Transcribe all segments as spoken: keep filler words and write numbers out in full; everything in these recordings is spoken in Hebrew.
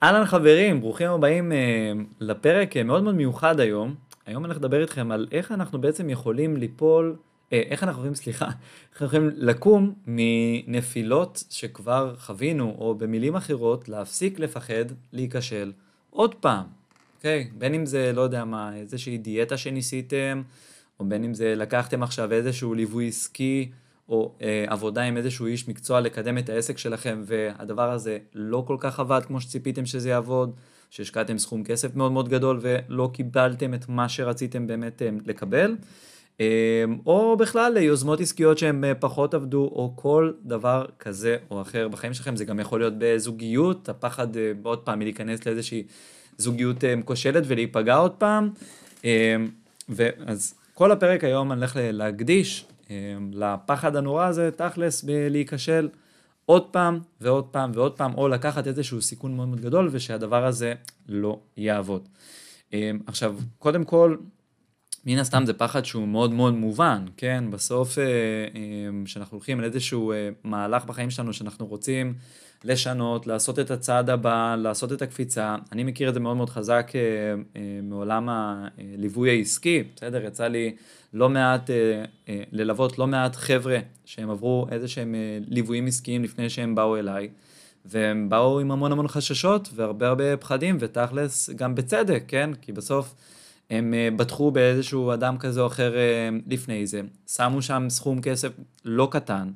אהלן חברים, ברוכים הבאים אה, לפרק אה, מאוד מאוד מיוחד היום. היום אני הולך לדבר איתכם על איך אנחנו בעצם יכולים ליפול, אה, איך אנחנו יכולים, סליחה, איך אנחנו יכולים לקום מנפילות שכבר חווינו, או במילים אחרות, להפסיק לפחד, להיכשל עוד פעם. אוקיי? בין אם זה, לא יודע מה, איזושהי דיאטה שניסיתם, או בין אם זה לקחתם עכשיו איזשהו ליווי עסקי, או אה, עבודה עם איזשהו איש מקצוע לקדם את העסק שלכם, והדבר הזה לא כל כך עבד כמו שציפיתם שזה יעבוד, שהשקעתם סכום כסף מאוד מאוד גדול ולא קיבלתם את מה שרציתם באמת אה, לקבל, אה, או בכלל יוזמות עסקיות שהן אה, פחות עבדו, או כל דבר כזה או אחר בחיים שלכם. זה גם יכול להיות בזוגיות, הפחד אה, עוד פעם מלהיכנס לאיזושהי זוגיות אה, כושלת ולהיפגע עוד פעם. אה, ואז כל הפרק היום אני הולך להקדיש לפחד הנורא הזה, תכלס, בלהיכשל עוד פעם ועוד פעם ועוד פעם, או לקחת איזשהו סיכון מאוד מאוד גדול, ושהדבר הזה לא יעבוד. עכשיו, קודם כל, מן הסתם זה פחד שהוא מאוד מאוד מובן, כן? בסוף, שאנחנו הולכים על איזשהו מהלך בחיים שלנו, שאנחנו רוצים לשנות, לעשות את הצעד הבא, לעשות את הקפיצה. אני מכיר את זה מאוד מאוד חזק מעולם הליווי העסקי, בסדר? יצא לי לא מעט, ללוות לא מעט חבר'ה שהם עברו איזה שהם ליוויים עסקיים לפני שהם באו אליי, והם באו עם המון המון חששות והרבה הרבה פחדים, ותכלס גם בצדק, כן? כי בסוף הם בטחו באיזשהו אדם כזה או אחר לפני זה, שמו שם סכום כסף לא קטן,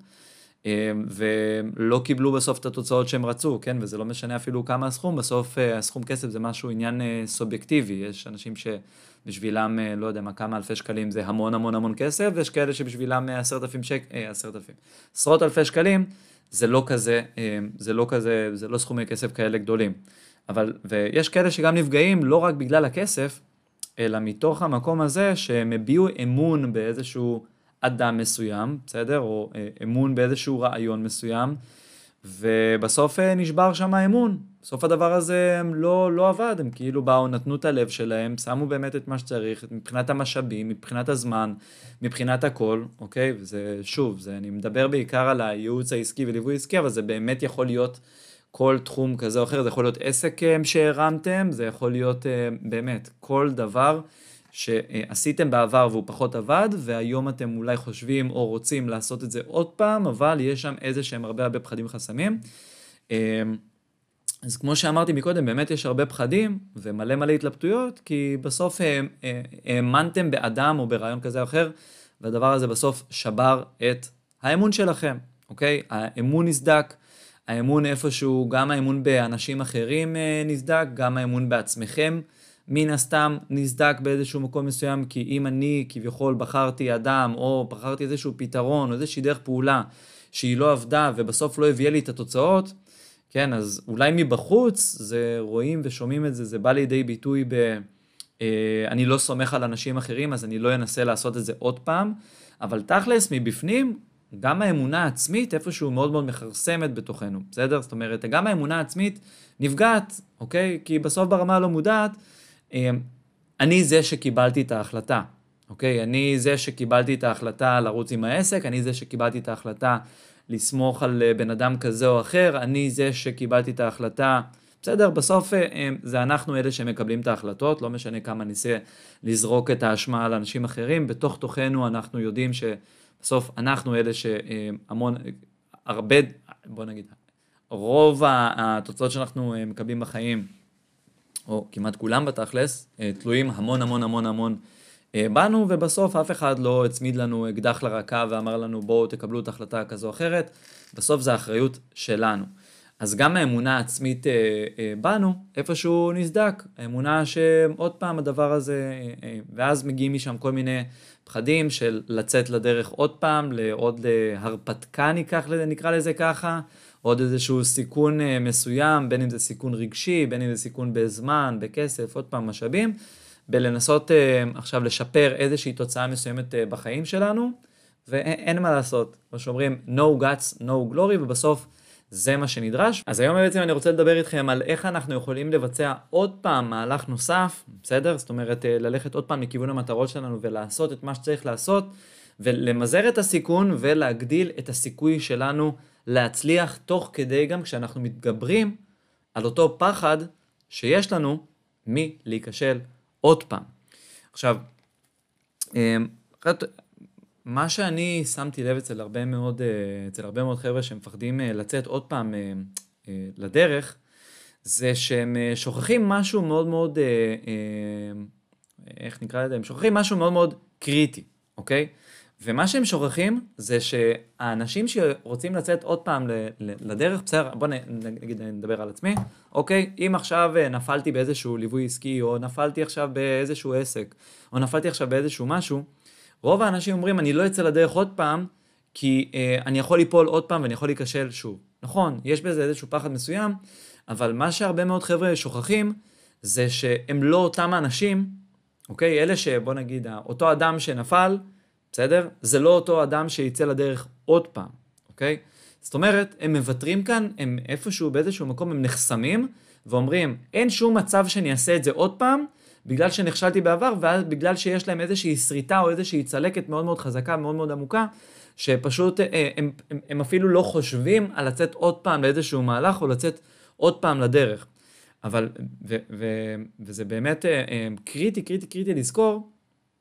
ולא קיבלו בסוף את התוצאות שהם רצו, כן? וזה לא משנה אפילו כמה הסכום, בסוף הסכום כסף זה משהו עניין סובייקטיבי, יש אנשים שבשבילם, לא יודע מה, כמה אלפי שקלים זה המון המון המון כסף, ויש כאלה שבשבילם עשרת אלפים שק, עשרת אלפים, עשרות אלפי שקלים, זה לא כזה, זה לא כזה, זה לא סכומי כסף כאלה גדולים. אבל, ויש כאלה שגם נפגעים לא רק בגלל הכסף, אלא מתוך המקום הזה שהם הביעו אמון באיזשהו אדם מסוים, בסדר? או אמון באיזשהו רעיון מסוים, ובסוף נשבר שם האמון. בסוף הדבר הזה הם לא, לא עבד, הם כאילו באו, נתנו את הלב שלהם, שמו באמת את מה שצריך, מבחינת המשאבים, מבחינת הזמן, מבחינת הכל, אוקיי? וזה, שוב, זה, אני מדבר בעיקר על הייעוץ העסקי וליווי עסקי, אבל זה באמת יכול להיות כל תחום כזה או אחר, זה יכול להיות עסק שהרמתם, זה יכול להיות באמת כל דבר שעשיתם בעבר והוא פחות עבד, והיום אתם אולי חושבים או רוצים לעשות את זה עוד פעם, אבל יש שם איזה שהם הרבה הרבה פחדים וחסמים. אז כמו שאמרתי מקודם, באמת יש הרבה פחדים ומלא מלא התלבטויות, כי בסוף האמנתם באדם או ברעיון כזה או אחר, והדבר הזה בסוף שבר את האמון שלכם, אוקיי? האמון נסדק, האמון איפשהו, גם האמון באנשים אחרים נסדק, גם האמון בעצמכם מן הסתם נסדק באיזשהו מקום מסוים, כי אם אני כביכול בחרתי אדם, או בחרתי איזשהו פתרון, או איזושהי דרך פעולה שהיא לא עבדה, ובסוף לא הביאה לי את התוצאות, כן, אז אולי מבחוץ, זה רואים ושומעים את זה, זה בא לידי ביטוי ב... אני לא סומך על אנשים אחרים, אז אני לא אנסה לעשות את זה עוד פעם, אבל תכלס מבפנים, גם האמונה העצמית איפשהו מאוד מאוד מחרסמת בתוכנו, בסדר? זאת אומרת, גם האמונה העצמית נפגעת, אוקיי? כי בסוף ברמה הלא מודעת, אני זה שקיבלתי את ההחלטה, אוקיי? אני זה שקיבלתי את ההחלטה לרוץ עם העסק, אני זה שקיבלתי את ההחלטה לסמוך על בן אדם כזה או אחר, אני זה שקיבלתי את ההחלטה, בסדר? בסוף זה אנחנו אלה שמקבלים את ההחלטות, לא משנה כמה ניסה לזרוק את האשמה על אנשים אחרים, בתוך תוכנו אנחנו יודעים ש... בסוף אנחנו אלה שהמון, הרבה, בוא נגיד, רוב התוצאות שאנחנו מקבלים בחיים, או כמעט כולם בתכלס, תלויים המון המון המון המון בנו, ובסוף אף אחד לא הצמיד לנו אקדח לרקה ואמר לנו בואו תקבלו את ההחלטה כזו או אחרת, בסוף זה האחריות שלנו. אז גם האמונה העצמית בנו איפשהו נסדק, האמונה שעוד פעם הדבר הזה, ואז מגיעים משם כל מיני פחדים של לצאת לדרך עוד פעם, לעוד הרפתקה נקרא לזה ככה, עוד איזשהו סיכון מסוים, בין אם זה סיכון רגשי, בין אם זה סיכון בזמן, בכסף, עוד פעם משאבים, בלנסות עכשיו לשפר איזושהי תוצאה מסוימת בחיים שלנו, ואין מה לעשות, כמו שאומרים, no guts, no glory, ובסוף זה מה שנדרש. אז היום בעצם אני רוצה לדבר איתכם על איך אנחנו יכולים לבצע עוד פעם מהלך נוסף, בסדר? זאת אומרת, ללכת עוד פעם לכיוון המטרות שלנו ולעשות את מה שצריך לעשות, ולמזער את הסיכון ולהגדיל את הסיכוי שלנו להצליח תוך כדי גם כשאנחנו מתגברים על אותו פחד שיש לנו מלהיכשל עוד פעם. עכשיו, מה שאני שמתי לב אצל הרבה מאוד, אצל הרבה מאוד חבר'ה שמפחדים לצאת עוד פעם לדרך, זה שהם שוכחים משהו מאוד מאוד, איך נקרא לזה? הם שוכחים משהו מאוד מאוד קריטי, אוקיי? ומה שהם שוכחים זה שהאנשים שרוצים לצאת עוד פעם לדרך, בסדר, בוא נגיד, נדבר על עצמי, אוקיי? אם עכשיו נפלתי באיזשהו ליווי עסקי, או נפלתי עכשיו באיזשהו עסק, או נפלתי עכשיו באיזשהו משהו, רוב האנשים אומרים, אני לא אצא לדרך עוד פעם, כי אה, אני יכול ליפול עוד פעם ואני יכול להיכשל שוב. נכון, יש בזה איזשהו פחד מסוים, אבל מה שהרבה מאוד חבר'ה שוכחים, זה שהם לא אותם האנשים, אוקיי? אלה שבוא נגיד, אותו אדם שנפל, בסדר? זה לא אותו אדם שיצא לדרך עוד פעם, אוקיי? זאת אומרת, הם מבטרים כאן, הם איפשהו באיזשהו מקום, הם נחסמים, ואומרים, אין שום מצב שאני אעשה את זה עוד פעם, בגלל שנכשלתי בעבר, ואז בגלל שיש להם איזושהי שריטה או איזושהי צלקת מאוד מאוד חזקה, מאוד מאוד עמוקה, שפשוט הם, הם, הם אפילו לא חושבים על לצאת עוד פעם לאיזשהו מהלך, או לצאת עוד פעם לדרך. אבל, ו, ו, וזה באמת קריטי, קריטי, קריטי לזכור,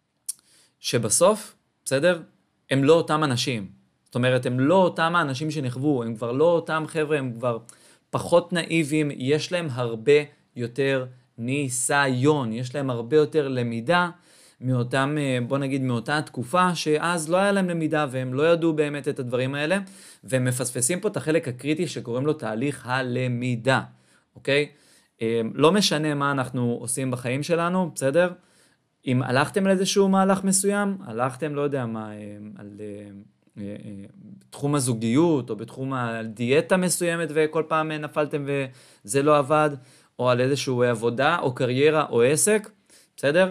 שבסוף, בסדר? הם לא אותם אנשים. זאת אומרת, הם לא אותם האנשים שנחוו, הם כבר לא אותם חבר'ה, הם כבר פחות נאיבים, יש להם הרבה יותר ניסיון, יש להם הרבה יותר למידה מאותם, בוא נגיד, מאותה תקופה, שאז לא היה להם למידה, והם לא ידעו באמת את הדברים האלה, והם מפספסים פה את החלק הקריטי שקוראים לו תהליך הלמידה, אוקיי? לא משנה מה אנחנו עושים בחיים שלנו, בסדר? אם הלכתם על איזשהו מהלך מסוים, הלכתם, לא יודע מה, על תחום הזוגיות, או בתחום הדיאטה מסוימת, וכל פעם נפלתם וזה לא עבד, או על איזשהו עבודה, או קריירה, או עסק, בסדר?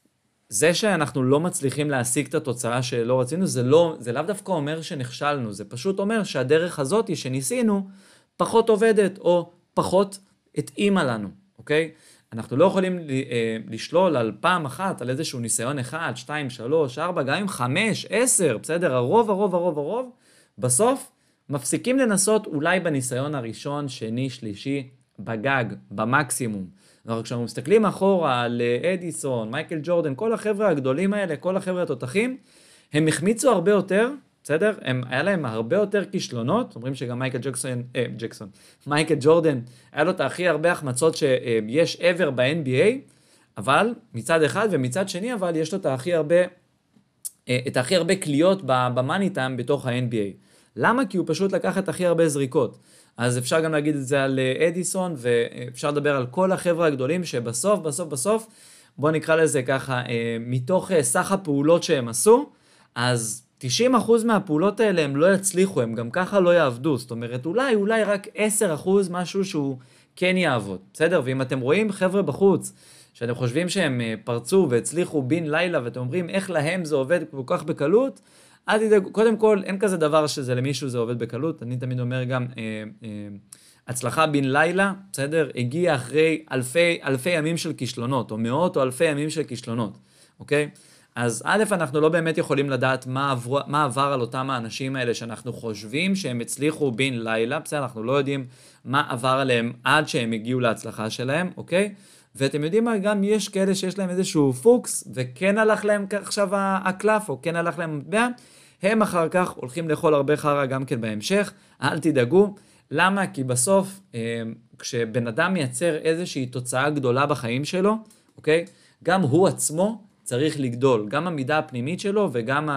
זה שאנחנו לא מצליחים להשיג את התוצאה שלא רצינו, זה לא, זה לאו דווקא אומר שנכשלנו, זה פשוט אומר שהדרך הזאת שניסינו, פחות עובדת, או פחות התאימה לנו, אוקיי? אנחנו לא יכולים לשלול על פעם אחת, על איזשהו ניסיון אחד, שתיים, שלוש, ארבע, גם עם חמש, עשר, בסדר? הרוב, הרוב, הרוב, הרוב, בסוף מפסיקים לנסות אולי בניסיון הראשון, שני, שלישי, בגג, במקסימום. אבל כשאנחנו מסתכלים אחורה על אדיסון, מייקל ג'ורדן, כל החבר'ה הגדולים האלה, כל החבר'ה התותחים, הם החמיצו הרבה יותר, בסדר? הם, היה להם הרבה יותר כישלונות, אומרים שגם מייקל ג'קסון, אה, ג'קסון, מייקל ג'ורדן, היה לו את הכי הרבה החמצות שיש ever ב-אן בי איי, אבל מצד אחד ומצד שני, אבל יש לו את הכי הרבה, את הכי הרבה קליות במאני טיים בתוך ה-אן בי איי. למה? כי הוא פשוט לקח את הכי הרבה זריקות. אז אפשר גם להגיד את זה על אדיסון, ואפשר לדבר על כל החבר'ה הגדולים שבסוף, בסוף, בסוף, בוא נקרא לזה ככה, מתוך סך הפעולות שהם עשו, אז תשעים אחוז מהפעולות האלה הם לא יצליחו, הם גם ככה לא יעבדו, זאת אומרת אולי, אולי רק עשרה אחוז משהו שהוא כן יעבוד, בסדר? ואם אתם רואים חבר'ה בחוץ, שאתם חושבים שהם פרצו והצליחו בין לילה, ואתם אומרים איך להם זה עובד כל כך בקלות, אל תדאגו, קודם כל אין כזה דבר שזה למישהו זה עובד בקלות, אני תמיד אומר גם, אה, אה, הצלחה בין לילה, בסדר? הגיע אחרי אלפי, אלפי ימים של כישלונות, או מאות או אלפי ימים של כישלונות, אוקיי? אז א', אנחנו לא באמת יכולים לדעת מה עבר, מה עבר על אותם האנשים האלה שאנחנו חושבים שהם הצליחו בין לילה, בסדר, אנחנו לא יודעים מה עבר עליהם עד שהם הגיעו להצלחה שלהם, אוקיי? ואתם יודעים מה, גם יש כאלה שיש להם איזשהו פוקס, וכן הלך להם עכשיו הקלף, או כן הלך להם מטבע, הם אחר כך הולכים לאכול הרבה חרא גם כן בהמשך, אל תדאגו. למה? כי בסוף, כשבן אדם מייצר איזושהי תוצאה גדולה בחיים שלו, אוקיי? גם הוא עצמו צריך לגדול, גם המידה הפנימית שלו וגם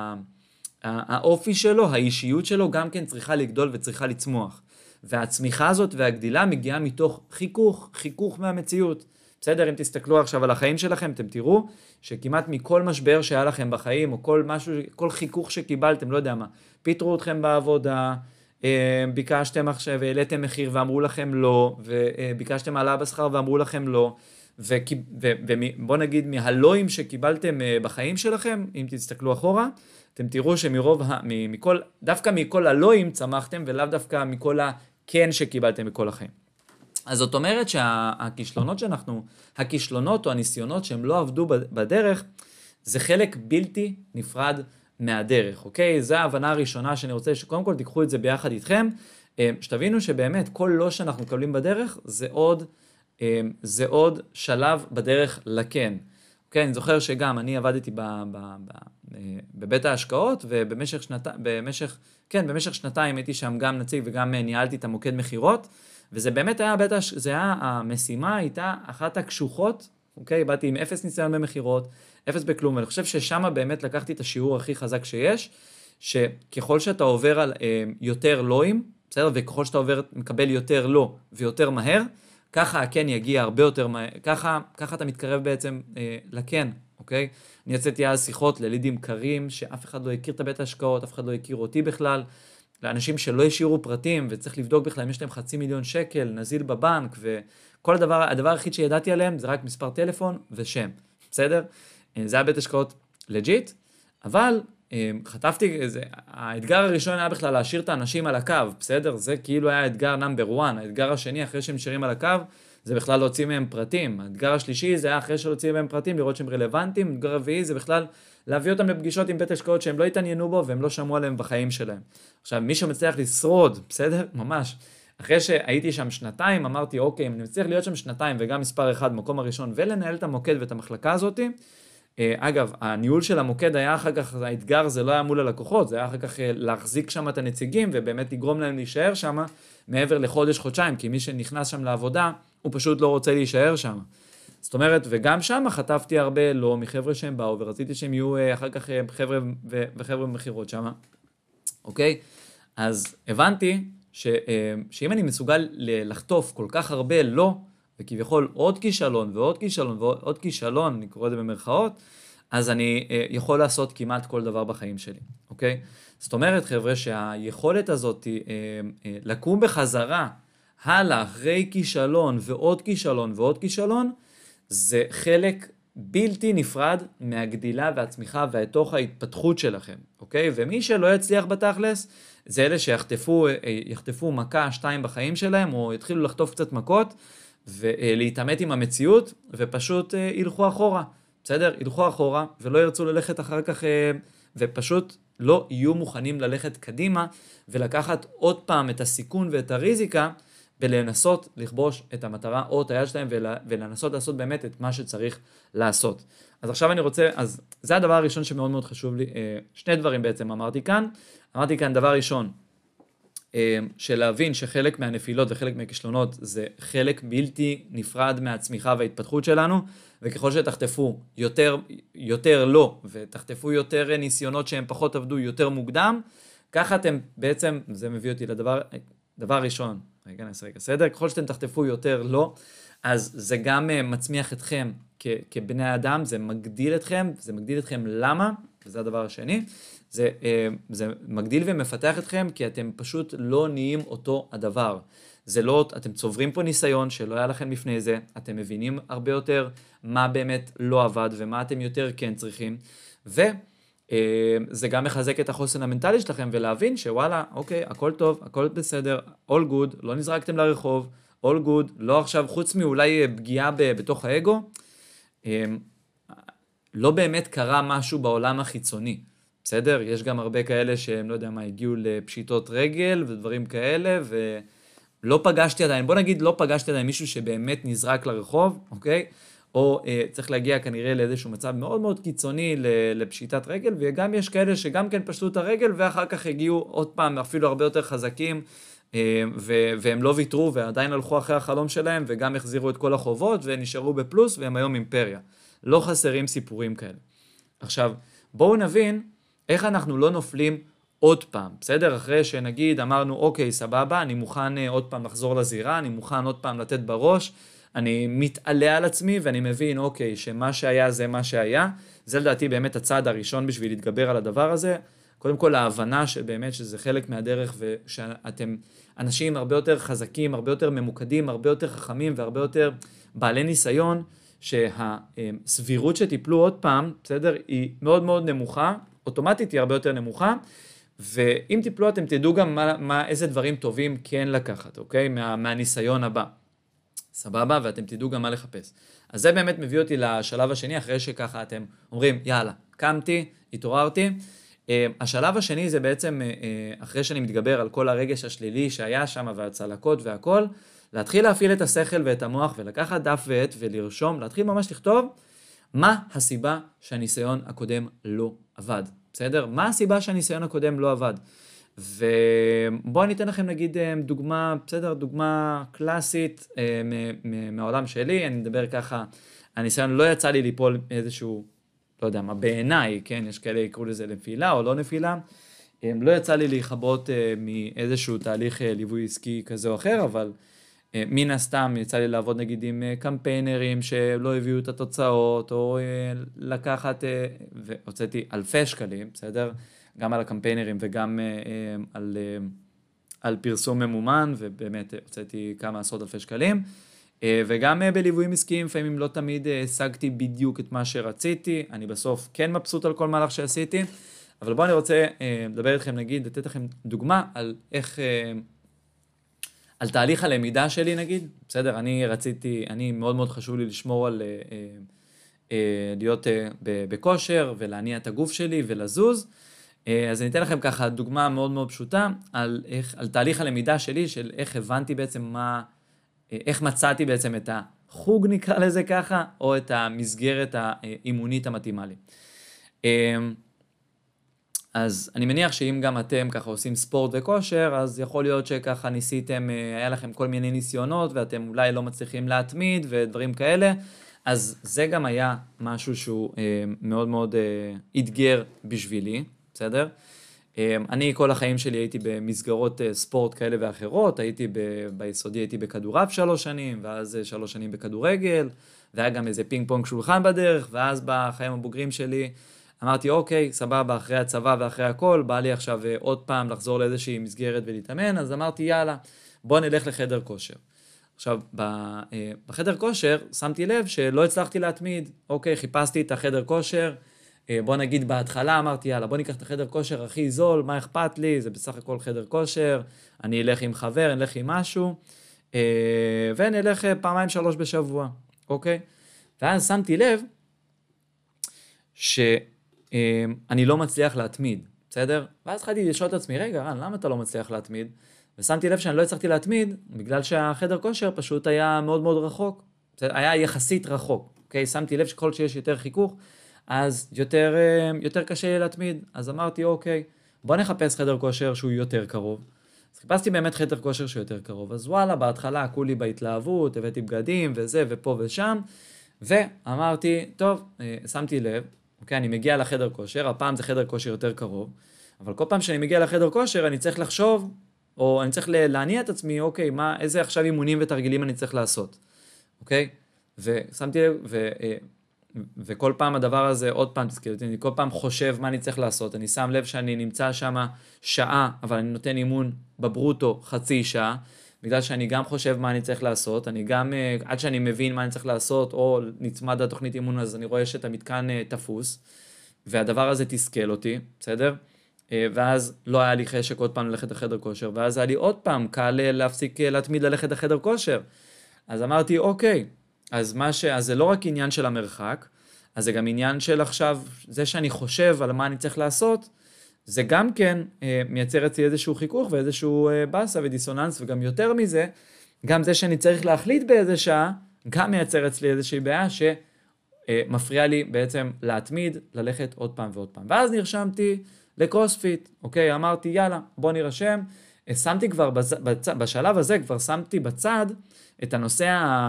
האופי שלו, האישיות שלו, גם כן צריכה לגדול וצריכה לצמוח. והצמיחה הזאת והגדילה מגיעה מתוך חיכוך, חיכוך מהמציאות. בסדר, אם תסתכלו עכשיו על החיים שלכם, אתם תראו שכמעט מכל משבר שהיה לכם בחיים, או כל משהו, כל חיכוך שקיבלתם, לא יודע מה, פיטרו אתכם בעבודה, ביקשתם עכשיו, העליתם מחיר ואמרו לכם לא, וביקשתם העלאה בשכר ואמרו לכם לא, ובוא נגיד מהלואים שקיבלתם בחיים שלכם, אם תסתכלו אחורה, אתם תראו שמרוב, מכל, דווקא מכל הלואים צמחתם, ולאו דווקא מכל הכן שקיבלתם מכל החיים. אז זאת אומרת שהכישלונות שאנחנו, הכישלונות או הניסיונות שהם לא עבדו בדרך, זה חלק בלתי נפרד מהדרך, אוקיי? זו ההבנה הראשונה שאני רוצה שקודם כל תיקחו את זה ביחד איתכם, שתבינו שבאמת כל לא שאנחנו מקבלים בדרך זה עוד זה עוד שלב בדרך לכן. אוקיי, אני זוכר שגם אני עבדתי ב, ב, ב, בבית ההשקעות, ובמשך שנתיים, במשך, כן, במשך שנתיים הייתי שם גם נציג וגם ניהלתי את המוקד מחירות, וזה באמת היה, בית, זה היה, המשימה הייתה אחת הקשוחות, אוקיי, באתי עם אפס ניסיון במחירות, אפס בכלום, ואני חושב ששם באמת לקחתי את השיעור הכי חזק שיש, שככל שאתה עובר על אה, יותר לואים, בסדר, וככל שאתה עובר, מקבל יותר לא ויותר מהר, ככה הכן יגיע הרבה יותר מהר, ככה, ככה אתה מתקרב בעצם אה, לכן, אוקיי? אני יצאתי אז שיחות ללידים קרים, שאף אחד לא הכיר את הבית ההשקעות, אף אחד לא הכיר אותי בכלל, לאנשים שלא השאירו פרטים, וצריך לבדוק בכלל אם יש להם חצי מיליון שקל, נזיל בבנק, וכל הדבר, הדבר היחיד שידעתי עליהם, זה רק מספר טלפון ושם, בסדר? זה היה בית השקעות לג'יט, אבל חטפתי, זה, האתגר הראשון היה בכלל להשאיר את האנשים על הקו, בסדר? זה כאילו היה האתגר נאמבר אחת, האתגר השני אחרי שהם נשארים על הקו, זה בכלל להוציא מהם פרטים, האתגר השלישי זה היה אחרי שלהוציא מהם פרטים, לראות שהם רלוונטיים, האתגר הרביעי זה בכלל להביא אותם לפגישות עם בית השקעות שהם לא התעניינו בו והם לא שמעו עליהם בחיים שלהם. עכשיו, מי שמצליח לשרוד, בסדר? ממש. אחרי שהייתי שם שנתיים, אמרתי, אוקיי, אם אני מצליח להיות שם שנתיים וגם מספר אחד, מקום הראשון, ולנהל את המוקד ואת המחלקה הזאת, אגב, הניהול של המוקד היה אחר כך, האתגר זה לא היה מול הלקוחות, זה היה אחר כך להחזיק שם את הנציגים ובאמת לגרום להם להישאר שם מעבר לחודש, חודשיים, כי מי שנכנס שם לעבודה, הוא פשוט לא רוצה להישאר שם. זאת אומרת, וגם שם חטפתי הרבה לא מחבר'ה שהם באו, ורציתי שהם יהיו אחר כך חבר'ה וחבר'ה במחירות שם. אוקיי? אז הבנתי ש, שאם אני מסוגל לחטוף כל כך הרבה לא, וכביכול עוד כישלון ועוד כישלון ועוד כישלון, אני קורא את זה במרכאות, אז אני יכול לעשות כמעט כל דבר בחיים שלי, אוקיי? זאת אומרת, חבר'ה, שהיכולת הזאת לקום בחזרה, הלאה, אחרי כישלון ועוד כישלון ועוד כישלון, זה חלק בלתי נפרד מהגדילה והצמיחה והתוך ההתפתחות שלכם, אוקיי? ומי שלא יצליח בתכלס, זה אלה שיחטפו יחטפו מכה שתיים בחיים שלהם, או יתחילו לחטוף קצת מכות, ולהתאמת עם המציאות, ופשוט ילכו אחורה, בסדר? ילכו אחורה, ולא ירצו ללכת אחר כך, ופשוט לא יהיו מוכנים ללכת קדימה, ולקחת עוד פעם את הסיכון ואת הריזיקה, ולנסות לכבוש את המטרה או את היד שלהם, ולנסות לעשות באמת את מה שצריך לעשות. אז עכשיו אני רוצה, אז זה הדבר הראשון שמאוד מאוד חשוב לי, שני דברים בעצם אמרתי כאן, אמרתי כאן דבר ראשון, של להבין שחלק מהנפילות וחלק מהכישלונות זה חלק בלתי נפרד מהצמיחה וההתפתחות שלנו, וככל שתחטפו יותר, יותר לא, ותחטפו יותר ניסיונות שהם פחות עבדו יותר מוקדם, ככה אתם בעצם, זה מביא אותי לדבר, דבר ראשון, רגע נעשה רגע סדר, ככל שאתם תחטפו יותר לא, אז זה גם מצמיח אתכם כ, כבני אדם, זה מגדיל אתכם, זה מגדיל אתכם למה, וזה הדבר השני, זה, זה מגדיל ומפתח אתכם, כי אתם פשוט לא נהיים אותו הדבר. זה לא, אתם צוברים פה ניסיון שלא היה לכם לפני זה, אתם מבינים הרבה יותר מה באמת לא עבד, ומה אתם יותר כן צריכים, וזה גם מחזק את החוסן המנטלי שלכם, ולהבין שוואלה, אוקיי, הכל טוב, הכל בסדר, all good, לא נזרקתם לרחוב, all good, לא עכשיו, חוץ מאולי פגיעה בתוך האגו, לא באמת קרה משהו בעולם החיצוני. בסדר? יש גם הרבה כאלה שהם לא יודע מה, הגיעו לפשיטות רגל ודברים כאלה, ולא פגשתי עדיין, בוא נגיד לא פגשתי עדיין מישהו שבאמת נזרק לרחוב, אוקיי? או אה, צריך להגיע כנראה לאיזשהו מצב מאוד מאוד קיצוני לפשיטת רגל, וגם יש כאלה שגם כן פשטו את הרגל, ואחר כך הגיעו עוד פעם אפילו הרבה יותר חזקים, אה, ו- והם לא ויתרו ועדיין הלכו אחרי החלום שלהם, וגם החזירו את כל החובות ונשארו בפלוס, והם היום אימפריה. לא חסרים סיפורים כאלה. עכשיו, בואו נבין, איך אנחנו לא נופלים עוד פעם, בסדר? אחרי שנגיד אמרנו, אוקיי, סבבה, אני מוכן עוד פעם לחזור לזירה, אני מוכן עוד פעם לתת בראש, אני מתעלה על עצמי ואני מבין, אוקיי, שמה שהיה זה מה שהיה, זה לדעתי באמת הצעד הראשון בשביל להתגבר על הדבר הזה, קודם כל ההבנה שבאמת שזה חלק מהדרך ושאתם אנשים הרבה יותר חזקים, הרבה יותר ממוקדים, הרבה יותר חכמים והרבה יותר בעלי ניסיון, שהסבירות שטיפלו עוד פעם, בסדר, היא מאוד מאוד נמוכה, אוטומטית היא הרבה יותר נמוכה, ואם תיפלו אתם תדעו גם מה, מה, איזה דברים טובים כן לקחת, אוקיי? מה, מהניסיון הבא. סבבה? ואתם תדעו גם מה לחפש. אז זה באמת מביא אותי לשלב השני, אחרי שככה אתם אומרים, יאללה, קמתי, התעוררתי. השלב השני זה בעצם, אחרי שאני מתגבר על כל הרגש השלילי שהיה שם, והצלקות והכל, להתחיל להפעיל את השכל ואת המוח ולקחת דף ועט ולרשום, להתחיל ממש לכתוב מה הסיבה שהניסיון הקודם לא עבד, בסדר? מה הסיבה שהניסיון הקודם לא עבד? ובואו אני אתן לכם נגיד דוגמה, בסדר? דוגמה קלאסית מהעולם שלי, אני מדבר ככה, הניסיון לא יצא לי ליפול איזשהו, לא יודע מה, בעיניי, כן? יש כאלה יקראו לזה נפילה או לא נפילה, לא יצא לי להיחבות מאיזשהו תהליך ליווי עסקי כזה או אחר, אבל מן הסתם יצא לי לעבוד נגיד עם קמפיינרים שלא הביאו את התוצאות, או לקחת, והוצאתי אלפי שקלים, בסדר? גם על הקמפיינרים וגם על, על פרסום ממומן, ובאמת הוצאתי כמה עשרות אלפי שקלים, וגם בליוויים עסקיים, לפעמים לא תמיד השגתי בדיוק את מה שרציתי, אני בסוף כן מבסוט על כל מהלך שעשיתי, אבל בואו אני רוצה לדבר איתכם נגיד, לתת לכם דוגמה על איך, על תהליך הלמידה שלי נגיד, בסדר? אני רציתי, אני מאוד מאוד חשוב לי לשמור על להיות בכושר ולהניע את הגוף שלי ולזוז, אז אני אתן לכם ככה דוגמה מאוד מאוד פשוטה על, איך, על תהליך הלמידה שלי, של איך הבנתי בעצם מה, איך מצאתי בעצם את החוג נקרא לזה ככה, או את המסגרת האימונית המתאימה לי. אז אני מניח שאם גם אתם ככה עושים ספורט וכושר, אז יכול להיות שככה ניסיתם, היה לכם כל מיני ניסיונות, ואתם אולי לא מצליחים להתמיד ודברים כאלה, אז זה גם היה משהו שהוא מאוד מאוד אתגר בשבילי, בסדר? אני כל החיים שלי הייתי במסגרות ספורט כאלה ואחרות, הייתי ב, ביסודי הייתי בכדורעף שלוש שנים, ואז שלוש שנים בכדורגל, והיה גם איזה פינג פונג שולחן בדרך, ואז בחיים הבוגרים שלי אמרתי, אוקיי, סבבה, אחרי הצבא ואחרי הכל, בא לי עכשיו עוד פעם לחזור לאיזושהי מסגרת ולהתאמן, אז אמרתי, יאללה, בוא נלך לחדר כושר. עכשיו, בחדר כושר שמתי לב שלא הצלחתי להתמיד, אוקיי, חיפשתי את החדר כושר, בוא נגיד בהתחלה אמרתי, יאללה, בוא ניקח את החדר כושר הכי זול, מה אכפת לי, זה בסך הכל חדר כושר, אני אלך עם חבר, אני אלך עם משהו, ונלך פעמיים שלוש בשבוע, אוקיי? ואז שמתי לב שאני לא מצליח להתמיד, בסדר? ואז התחלתי לשאול את עצמי, רגע, רן, למה אתה לא מצליח להתמיד? ושמתי לב שאני לא הצלחתי להתמיד, בגלל שהחדר כושר פשוט היה מאוד מאוד רחוק, היה יחסית רחוק, אוקיי? שמתי לב שכל שיש יותר חיכוך, אז יותר, יותר קשה לי להתמיד. אז אמרתי, אוקיי, בוא נחפש חדר כושר שהוא יותר קרוב. אז חיפשתי באמת חדר כושר שהוא יותר קרוב. אז וואלה, בהתחלה כולי בהתלהבות, הבאתי בגדים וזה ופה ושם, ואמרתי, טוב, שמתי לב, אוקיי, אני מגיע לחדר כושר, הפעם זה חדר כושר יותר קרוב, אבל כל פעם שאני מגיע לחדר כושר, אני צריך לחשוב, או אני צריך להניע את עצמי, אוקיי, מה, איזה עכשיו אימונים ותרגילים אני צריך לעשות, אוקיי? ושמתי לב, ו... וכל פעם הדבר הזה, עוד פעם, תזכירו, אני כל פעם חושב מה אני צריך לעשות, אני שם לב שאני נמצא שם שעה, אבל אני נותן אימון בברוטו חצי שעה, בגלל שאני גם חושב מה אני צריך לעשות, אני גם, עד שאני מבין מה אני צריך לעשות, או נצמד לתוכנית אימון, אז אני רואה שאת המתקן תפוס, והדבר הזה תסכל אותי, בסדר? ואז לא היה לי חשק עוד פעם ללכת לחדר כושר, ואז היה לי עוד פעם קל להפסיק להתמיד ללכת לחדר כושר. אז אמרתי, אוקיי, אז, מה ש... אז זה לא רק עניין של המרחק, אז זה גם עניין של עכשיו, זה שאני חושב על מה אני צריך לעשות, זה גם כן אה, מייצר אצלי איזשהו חיכוך ואיזשהו אה, בסה ודיסוננס, וגם יותר מזה, גם זה שאני צריך להחליט באיזה שעה, גם מייצר אצלי איזושהי בעיה שמפריע אה, לי בעצם להתמיד, ללכת עוד פעם ועוד פעם. ואז נרשמתי לקרוספיט, אוקיי, אמרתי יאללה, בוא נרשם, שמתי כבר בצ... בצ... בשלב הזה, כבר שמתי בצד, את הנושא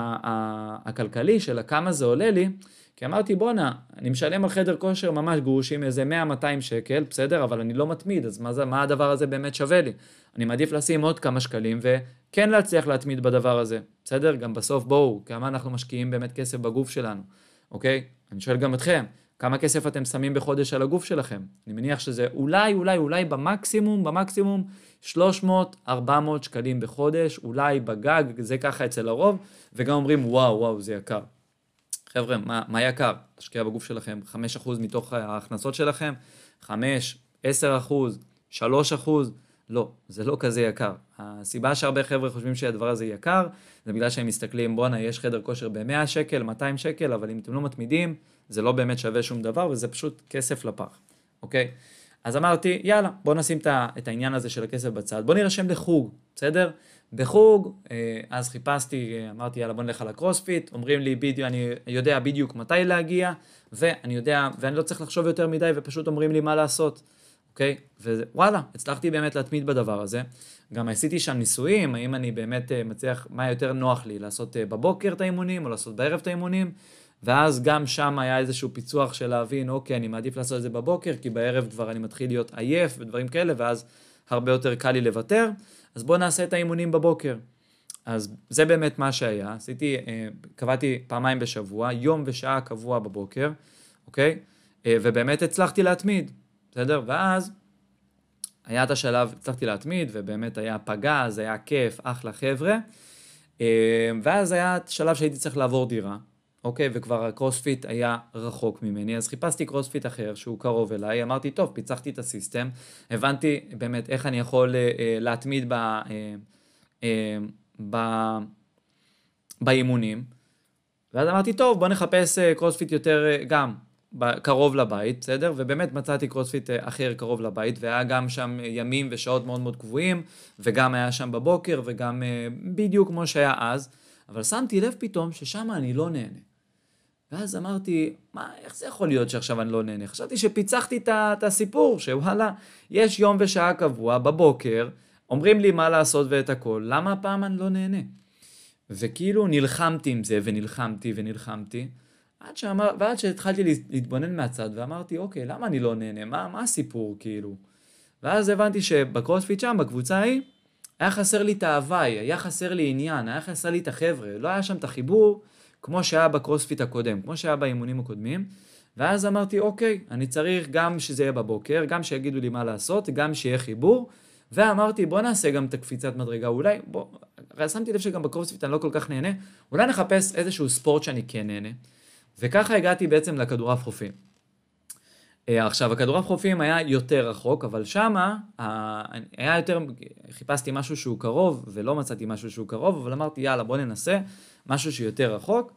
הכלכלי של כמה זה עולה לי, כי אמרתי בונה, אני משלם על חדר כושר ממש גרושים איזה מאה מאתיים שקל, בסדר, אבל אני לא מתמיד, אז מה, זה, מה הדבר הזה באמת שווה לי? אני מעדיף לשים עוד כמה שקלים וכן להצליח להתמיד בדבר הזה, בסדר? גם בסוף בואו, כמה אנחנו משקיעים באמת כסף בגוף שלנו, אוקיי? אני שואל גם אתכם, כמה כסף אתם שמים בחודש על הגוף שלכם? אני מניח שזה אולי, אולי, אולי במקסימום, במקסימום שלוש מאות ארבע מאות שקלים בחודש, אולי בגג, זה ככה אצל הרוב, וגם אומרים וואו, וואו, זה יקר. חבר'ה, מה, מה יקר? תשקיע בגוף שלכם חמישה אחוז מתוך ההכנסות שלכם, חמש, עשר אחוז, שלושה אחוז, לא, זה לא כזה יקר. הסיבה שהרבה חבר'ה חושבים שהדבר הזה יקר, זה בגלל שהם מסתכלים, בואנה, יש חדר כושר ב-מאה שקל, מאתיים שקל, אבל אם אתם לא מתמידים, זה לא באמת שווה שום דבר, וזה פשוט כסף לפח, אוקיי? אז אמרתי, יאללה, בוא נשים את העניין הזה של הכסף בצד, בוא נרשם לחוג, בסדר? בחוג, אז חיפשתי, אמרתי, יאללה, בוא נלך על הקרוספיט, אומרים לי, בדיוק, אני יודע בדיוק מתי להגיע, ואני יודע, ואני לא צריך לחשוב יותר מדי, ופשוט אומרים לי מה לעשות, אוקיי? ווואלה, הצלחתי באמת להתמיד בדבר הזה, גם עשיתי שם ניסויים, האם אני באמת מצליח, מה יותר נוח לי, לעשות בבוקר את האימונים, או לעשות בערב את האימונים, ואז גם שם היה איזשהו פיצוח של להבין, אוקיי, אני מעדיף לעשות את זה בבוקר, כי בערב כבר אני מתחיל להיות עייף ודברים כאלה, ואז הרבה יותר קל לי לוותר, אז בוא נעשה את האימונים בבוקר. אז זה באמת מה שהיה, עשיתי, קבעתי פעמיים בשבוע, יום ושעה קבוע בבוקר, אוקיי? ובאמת הצלחתי להתמיד, בסדר? ואז היה את השלב, הצלחתי להתמיד, ובאמת היה פגז, היה כיף, אחלה חבר'ה, ואז היה את השלב שהייתי צריך לעבור דירה, אוקיי, וכבר הקרוספיט היה רחוק ממני, אז חיפשתי קרוספיט אחר שהוא קרוב אליי, אמרתי, טוב, פיצחתי את הסיסטם, הבנתי באמת איך אני יכול אה, להתמיד ב, אה, אה, ב, באימונים, ואז אמרתי, טוב, בוא נחפש אה, קרוספיט יותר אה, גם קרוב לבית, בסדר? ובאמת מצאתי קרוספיט אה, אחר קרוב לבית, והיה גם שם ימים ושעות מאוד מאוד קבועים, וגם היה שם בבוקר, וגם אה, בדיוק כמו שהיה אז, אבל שמתי לב פתאום ששם אני לא נהנה. ואז אמרתי, מה, איך זה יכול להיות שעכשיו אני לא נהנה? חשבתי שפיצחתי את הסיפור, שוואלה, יש יום ושעה קבוע בבוקר, אומרים לי מה לעשות ואת הכל, למה הפעם אני לא נהנה? וכאילו נלחמתי עם זה, ונלחמתי ונלחמתי, עד שאמר, ועד שהתחלתי להתבונן מהצד, ואמרתי, אוקיי, למה אני לא נהנה? מה, מה הסיפור, כאילו? ואז הבנתי שבקרוספיט שם, בקבוצה ההיא, היה חסר לי את ההוואי, היה חסר לי עניין, היה חסר לי את החבר'ה, לא היה שם את החיבור, כמו שהיה בקרוספיט הקודם, כמו שהיה באימונים הקודמים, ואז אמרתי, אוקיי, אני צריך גם שזה יהיה בבוקר, גם שיגידו לי מה לעשות, גם שיהיה חיבור, ואמרתי, בוא נעשה גם את הקפיצת מדרגה, אולי, בוא, שמתי לב שגם בקרוספיט אני לא כל כך נהנה, אולי נחפש איזשהו ספורט שאני כן נהנה, וככה הגעתי בעצם לכדורעף חופים. עכשיו, הכדורעף חופים היה יותר רחוק, אבל שמה היה יותר, חיפשתי משהו שהוא קרוב, ולא מצאתי משהו שהוא קרוב, אבל אמרתי, יאללה, בוא ננסה משהו שיותר רחוק,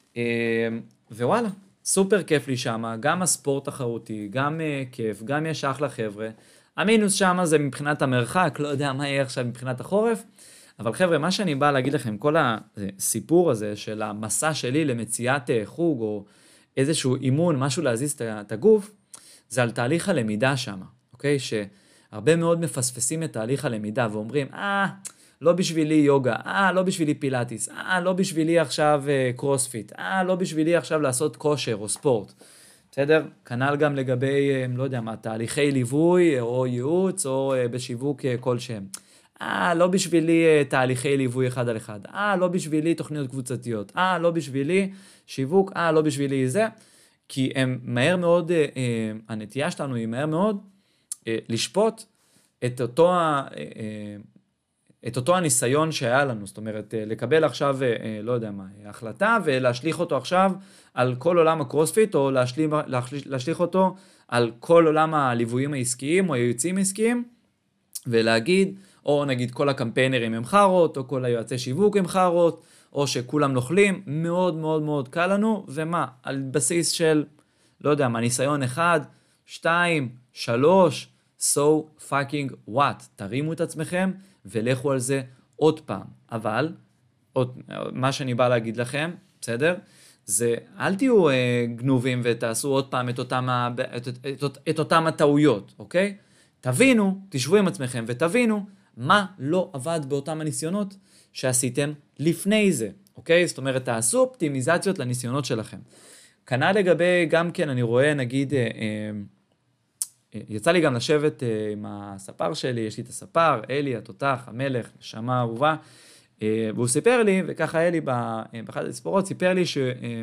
ווואלה, סופר כיף לי שמה, גם הספורט תחרותי, גם כיף, גם יש אחלה חבר'ה, המינוס שמה זה מבחינת המרחק, לא יודע מה יהיה עכשיו מבחינת החורף, אבל חבר'ה, מה שאני בא להגיד לכם, כל הסיפור הזה של המסע שלי למציאת חוג, או איזשהו אימון, משהו להזיז את הגוף, זה על תהליך הלמידה שם, אוקיי? שהרבה מאוד מפספסים את תהליך הלמידה ואומרים, אה, לא בשבילי יוגה, אה, לא בשבילי פילאטיס, אה, לא בשבילי עכשיו קרוספיט, אה, לא בשבילי עכשיו לעשות כושר או ספורט. בסדר? כנ"ל גם לגבי, לא יודע מה, תהליכי ליווי או ייעוץ או בשיווק כלשהם. אה, לא בשבילי תהליכי ליווי אחד על אחד, אה, לא בשבילי תוכניות קבוצתיות, אה, לא בשבילי שיווק, אה, לא בשבילי זה. כי הם מהר מאוד, אה, הנטייה שלנו היא מהר מאוד אה, לשפוט את אותו, אה, את אותו הניסיון שהיה לנו, זאת אומרת, אה, לקבל עכשיו, אה, לא יודע מה, החלטה ולהשליך אותו עכשיו על כל עולם הקרוספיט, או להשליך, להשליך אותו על כל עולם הליוויים העסקיים או הייעוצים העסקיים, ולהגיד, או נגיד כל הקמפיינרים הם חרות, או כל היועצי שיווק הם חרות, או שכולם נוכלים, מאוד מאוד מאוד קל לנו, ומה? על בסיס של, לא יודע מה, ניסיון אחד, שתיים, שלוש, so fucking what? תרימו את עצמכם ולכו על זה עוד פעם. אבל, עוד, מה שאני בא להגיד לכם, בסדר? זה, אל תהיו אה, גנובים ותעשו עוד פעם את אותם, את, את, את, את אותם הטעויות, אוקיי? תבינו, תשבו עם עצמכם ותבינו מה לא עבד באותם הניסיונות שעשיתם לפני זה, אוקיי? זאת אומרת, תעשו אופטימיזציות לניסיונות שלכם. כנ"ל לגבי, גם כן, אני רואה, נגיד, אה, אה, יצא לי גם לשבת אה, עם הספר שלי, יש לי את הספר, אלי, התותח, המלך, נשמה אהובה, אה, והוא סיפר לי, וככה אלי באחד הספורות, סיפר לי ש, אה,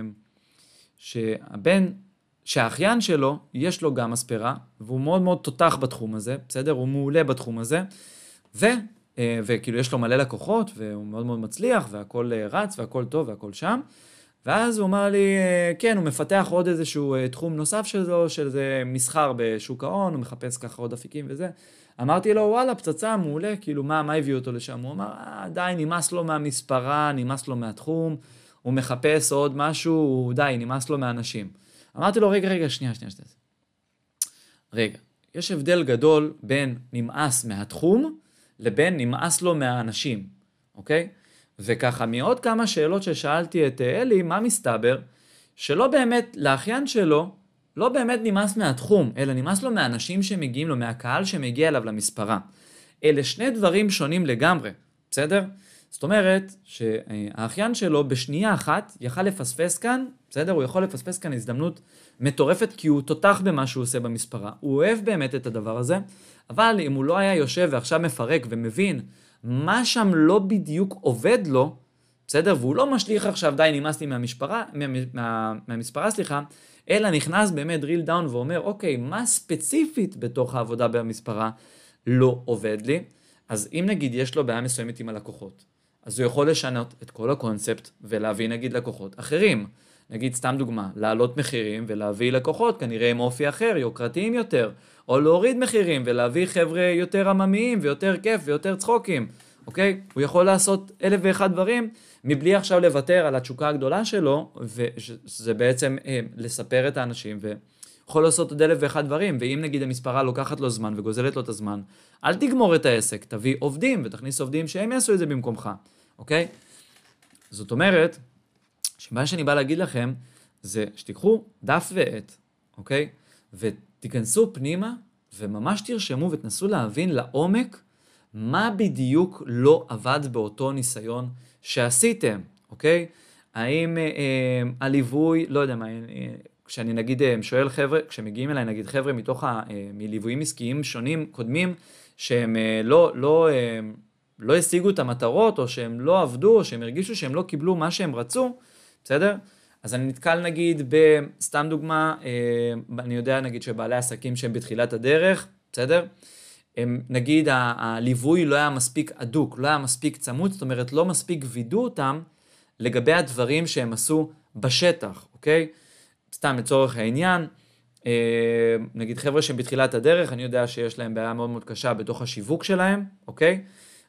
שהבן, שהאחיין שלו, יש לו גם מספרה, והוא מאוד מאוד תותח בתחום הזה, בסדר? הוא מעולה בתחום הזה, ו... וכאילו יש לו מלא לקוחות, והוא מאוד מאוד מצליח, והכל רץ, והכל טוב, והכל שם. ואז הוא אמר לי, כן, הוא מפתח עוד איזשהו תחום נוסף שלו, של זה מסחר בשוק ההון, הוא מחפש ככה עוד אפיקים וזה. אמרתי לו, וואלה, פצצה, מעולה, כאילו, מה, מה הביא אותו לשם? הוא אמר, אה, די, נמאס לו מהמספרה, נמאס לו מהתחום, הוא מחפש עוד משהו, די, נמאס לו מהאנשים. אמרתי לו, רגע, רגע, שנייה, שנייה, שנייה. רגע, יש הבדל גדול בין נמאס מהתחום, לבין נמאס לו מהאנשים, אוקיי? וככה, מעוד כמה שאלות ששאלתי את אלי, מה מסתבר? שלא באמת, לאחיין שלו, לא באמת נמאס מהתחום, אלא נמאס לו מהאנשים שמגיעים לו, מהקהל שמגיע אליו למספרה. אלה שני דברים שונים לגמרי, בסדר? זאת אומרת שהאחיין שלו בשנייה אחת יכל לפספס כאן, בסדר? הוא יכול לפספס כאן הזדמנות מטורפת, כי הוא תותח במה שהוא עושה במספרה. הוא אוהב באמת את הדבר הזה, אבל אם הוא לא היה יושב ועכשיו מפרק ומבין מה שם לא בדיוק עובד לו, בסדר? והוא לא משליך עכשיו, די נמאס לי מהמשפרה, מה, מה, מהמספרה, סליחה, אלא נכנס באמת drill down ואומר, אוקיי, מה ספציפית בתוך העבודה במספרה לא עובד לי? אז אם נגיד יש לו בעיה מסוימת עם הלקוחות, אז הוא יכול לשנות את כל הקונספט ולהביא נגיד לקוחות אחרים. נגיד סתם דוגמה, להעלות מחירים ולהביא לקוחות כנראה עם אופי אחר, יוקרתיים יותר, או להוריד מחירים ולהביא חבר'ה יותר עממיים ויותר כיף ויותר צחוקים, אוקיי? הוא יכול לעשות אלף ואחד דברים מבלי עכשיו לוותר על התשוקה הגדולה שלו, וזה בעצם אה, לספר את האנשים ויכול לעשות עוד אלף ואחד דברים, ואם נגיד המספרה לוקחת לו זמן וגוזלת לו את הזמן, אל תגמור את העסק, תביא עובדים ותכניס עובדים שהם יעשו את זה במקומך, אוקיי? זאת אומרת, שמה שאני בא להגיד לכם, זה שתיקחו דף ועט, אוקיי? ותיכנסו פנימה, וממש תרשמו ותנסו להבין לעומק, מה בדיוק לא עבד באותו ניסיון שעשיתם, אוקיי? האם אה, אה, הליווי, לא יודע מה, אה, כשאני נגיד אה, שואל חבר'ה, כשמגיעים אליי נגיד חבר'ה מתוך ה, אה, מליוויים עסקיים שונים, קודמים, שהם אה, לא, לא, אה, לא השיגו את המטרות, או שהם לא עבדו, או שהם הרגישו שהם לא קיבלו מה שהם רצו, בסדר? אז אני נתקל נגיד בסתם דוגמה, אני יודע נגיד שבעלי עסקים שהם בתחילת הדרך, בסדר? הם, נגיד ה- הליווי לא היה מספיק עדוק, לא היה מספיק צמוד, זאת אומרת לא מספיק וידאו אותם לגבי הדברים שהם עשו בשטח, אוקיי? סתם לצורך העניין, נגיד חבר'ה שהם בתחילת הדרך, אני יודע שיש להם בעיה מאוד מאוד קשה בתוך השיווק שלהם, אוקיי?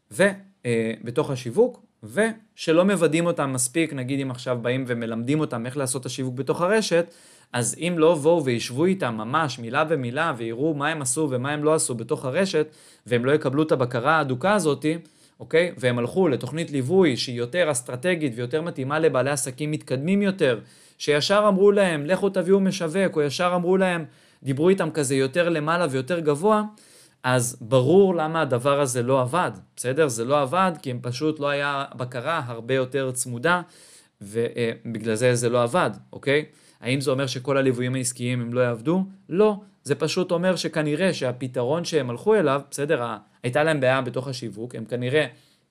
ובתוך השיווק, ושלא מבדים אותם מספיק, נגיד אם עכשיו באים ומלמדים אותם איך לעשות את השיווק בתוך הרשת, אז אם לא בואו וישבו איתם ממש מילה ומילה, ויראו מה הם עשו ומה הם לא עשו בתוך הרשת, והם לא יקבלו את הבקרה האדוקה הזאת, אוקיי? והם הלכו לתוכנית ליווי שהיא יותר אסטרטגית ויותר מתאימה לבעלי עסקים מתקדמים יותר, שישר אמרו להם, לכו תביאו משווק, או ישר אמרו להם, דיברו איתם כזה יותר למעלה ויותר גבוה, אז ברור למה הדבר הזה לא עבד, בסדר? זה לא עבד כי הם פשוט לא היה בקרה הרבה יותר צמודה, ובגלל זה זה לא עבד, אוקיי? האם זה אומר שכל הליוויים העסקיים הם לא יעבדו? לא, זה פשוט אומר שכנראה שהפתרון שהם הלכו אליו, בסדר? הייתה להם בעיה בתוך השיווק, הם כנראה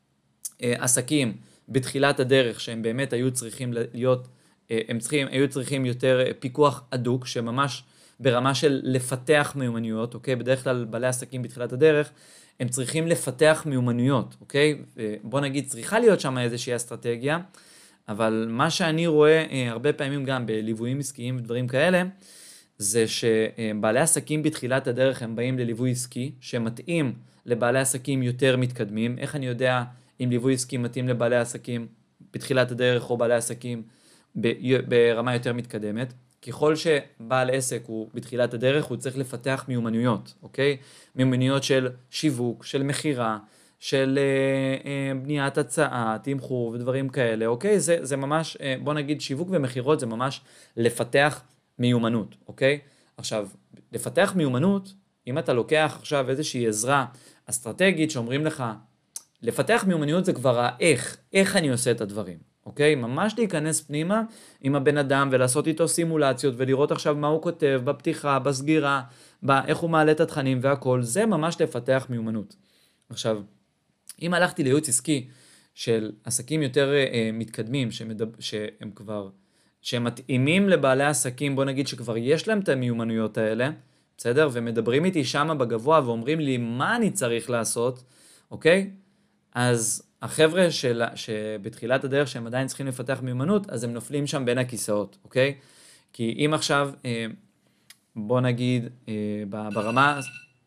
עסקים בתחילת הדרך שהם באמת היו צריכים להיות, הם צריכים, היו צריכים יותר פיקוח אדוק, שממש ברמה של לפתח מיומנויות, אוקיי? בדרך כלל בעלי עסקים בתחילת הדרך, הם צריכים לפתח מיומנויות, אוקיי? בוא נגיד, צריכה להיות שם איזושהי אסטרטגיה, אבל מה שאני רואה הרבה פעמים גם בליוויים עסקיים ודברים כאלה, זה שבעלי עסקים בתחילת הדרך הם באים לליווי עסקי, שמתאים לבעלי עסקים יותר מתקדמים. איך אני יודע אם ליווי עסקי מתאים לבעלי עסקים בתחילת הדרך או בעלי עסקים ברמה יותר מתקדמת? ככל שבעל עסק הוא בתחילת הדרך, הוא צריך לפתח מיומנויות, אוקיי? מיומנויות של שיווק, של מחירה, של אה, אה, בניית הצעה, תמחור ודברים כאלה, אוקיי? זה, זה ממש, אה, בוא נגיד שיווק ומחירות זה ממש לפתח מיומנות, אוקיי? עכשיו, לפתח מיומנות, אם אתה לוקח עכשיו איזושהי עזרה אסטרטגית שאומרים לך, לפתח מיומנות זה כבר האיך, איך אני עושה את הדברים, אוקיי? ממש להיכנס פנימה עם הבן אדם ולעשות איתו סימולציות ולראות עכשיו מה הוא כותב בפתיחה, בסגירה, איך הוא מעלה את התכנים והכל, זה ממש לפתח מיומנות. עכשיו, אם הלכתי לייעוץ עסקי של עסקים יותר אה, מתקדמים, שמדב... שהם כבר, שהם מתאימים לבעלי עסקים, בוא נגיד שכבר יש להם את המיומנויות האלה, בסדר? ומדברים איתי שמה בגבוה ואומרים לי מה אני צריך לעשות, אוקיי? אז החבר'ה של... שבתחילת הדרך שהם עדיין צריכים לפתח מיומנות, אז הם נופלים שם בין הכיסאות, אוקיי? כי אם עכשיו, אה, בוא נגיד, אה, ברמה...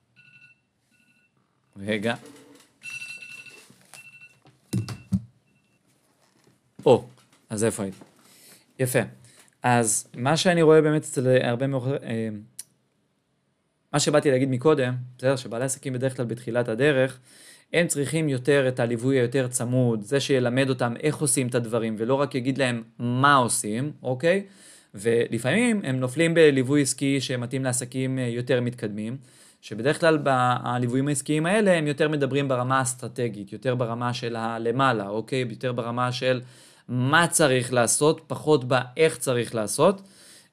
רגע. או, אז איפה היית? יפה. אז מה שאני רואה באמת אצל הרבה מאוד, מה שבאתי להגיד מקודם, בסדר, שבעלי עסקים בדרך כלל בתחילת הדרך, הם צריכים יותר את הליווי היותר צמוד, זה שילמד אותם איך עושים את הדברים, ולא רק יגיד להם מה עושים, אוקיי? ולפעמים הם נופלים בליווי עסקי שמתאים לעסקים יותר מתקדמים, שבדרך כלל בליוויים העסקיים האלה הם יותר מדברים ברמה האסטרטגית, יותר ברמה של הלמעלה, אוקיי? יותר ברמה של מה צריך לעשות, פחות באיך צריך לעשות,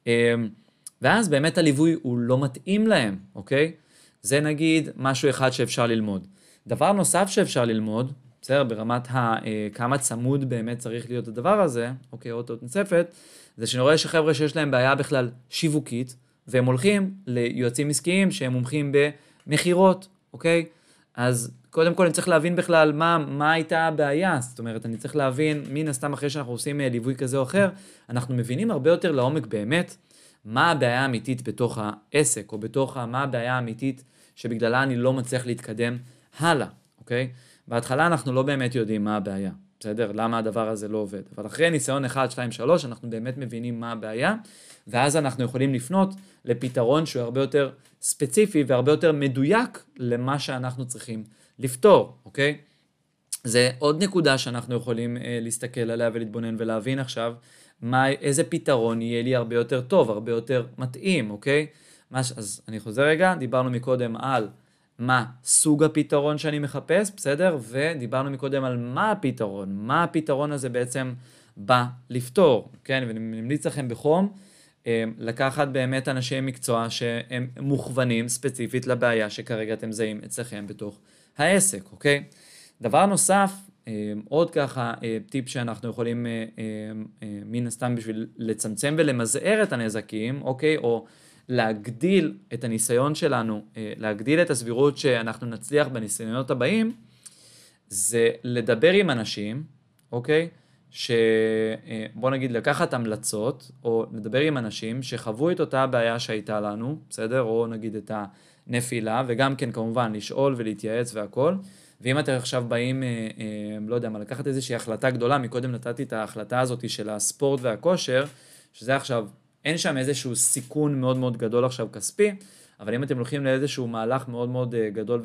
ואז באמת הליווי הוא לא מתאים להם, אוקיי? זה נגיד משהו אחד שאפשר ללמוד. דבר נוסף שאפשר ללמוד, בסדר, ברמת ה, כמה צמוד באמת צריך להיות הדבר הזה, אוקיי, עוד עוד נוספת, זה שאני רואה שחבר'ה שיש להם בעיה בכלל שיווקית, והם הולכים ליועצים עסקיים שהם מומחים במחירות, אוקיי? אז קודם כל אני צריך להבין בכלל מה, מה הייתה הבעיה, זאת אומרת, אני צריך להבין, מן הסתם אחרי שאנחנו עושים ליווי כזה או אחר, אנחנו מבינים הרבה יותר לעומק באמת, מה הבעיה האמיתית בתוך העסק, או בתוך מה הבעיה האמיתית שבגללה אני לא מצליח להתקדם הלאה, אוקיי? בהתחלה אנחנו לא באמת יודעים מה הבעיה, בסדר? למה הדבר הזה לא עובד. אבל אחרי ניסיון אחד, שתיים, שלוש, אנחנו באמת מבינים מה הבעיה, ואז אנחנו יכולים לפנות לפתרון שהוא הרבה יותר ספציפי והרבה יותר מדויק למה שאנחנו צריכים לפתור, אוקיי? זה עוד נקודה שאנחנו יכולים אה, להסתכל עליה ולהתבונן ולהבין עכשיו, מה, איזה פתרון יהיה לי הרבה יותר טוב, הרבה יותר מתאים, אוקיי? מה, אז אני חוזר רגע, דיברנו מקודם על מה סוג הפתרון שאני מחפש, בסדר? ודיברנו מקודם על מה הפתרון, מה הפתרון הזה בעצם בא לפתור, כן? ואני ממליץ לכם בחום, לקחת באמת אנשי מקצוע שהם מוכוונים ספציפית לבעיה שכרגע אתם זהים אצלכם בתוך העסק, אוקיי? דבר נוסף, עוד ככה טיפ שאנחנו יכולים מן הסתם בשביל לצמצם ולמזער את הנזקים, אוקיי? או להגדיל את הניסיון שלנו, להגדיל את הסבירות שאנחנו נצליח בניסיונות הבאים, זה לדבר עם אנשים, אוקיי? שבוא נגיד לקחת המלצות, או לדבר עם אנשים שחוו את אותה הבעיה שהייתה לנו, בסדר? או נגיד את הנפילה, וגם כן כמובן לשאול ולהתייעץ והכל. ואם אתם עכשיו באים, לא יודע מה, לקחת איזושהי החלטה גדולה, מקודם נתתי את ההחלטה הזאת של הספורט והכושר, שזה עכשיו, אין שם איזשהו סיכון מאוד מאוד גדול עכשיו כספי, אבל אם אתם הולכים לאיזשהו מהלך מאוד מאוד גדול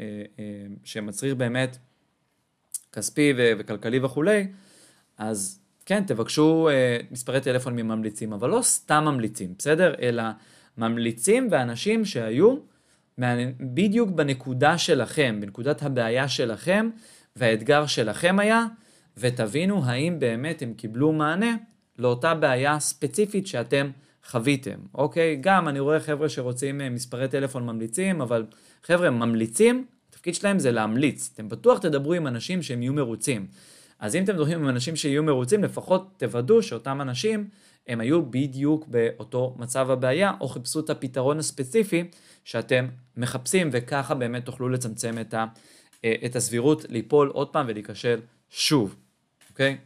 שמצריך באמת כספי וכלכלי וכולי, אז כן, תבקשו מספרי טלפון מממליצים, אבל לא סתם ממליצים, בסדר? אלא ממליצים ואנשים שהיו בדיוק בנקודה שלכם, בנקודת הבעיה שלכם, והאתגר שלכם היה, ותבינו האם באמת הם קיבלו מענה לאותה בעיה ספציפית שאתם חוויתם, אוקיי? גם אני רואה חבר'ה שרוצים מספרי טלפון ממליצים, אבל חבר'ה ממליצים, התפקיד שלהם זה להמליץ. אתם בטוח תדברו עם אנשים שהם יהיו מרוצים. אז אם אתם מדברים עם אנשים שיהיו מרוצים, לפחות תוודאו שאותם אנשים הם היו בדיוק באותו מצב הבעיה, או חיפשו את הפתרון הספציפי שאתם מחפשים, וככה באמת תוכלו לצמצם את, ה, את הסבירות ליפול עוד פעם ולהיכשל שוב, אוקיי?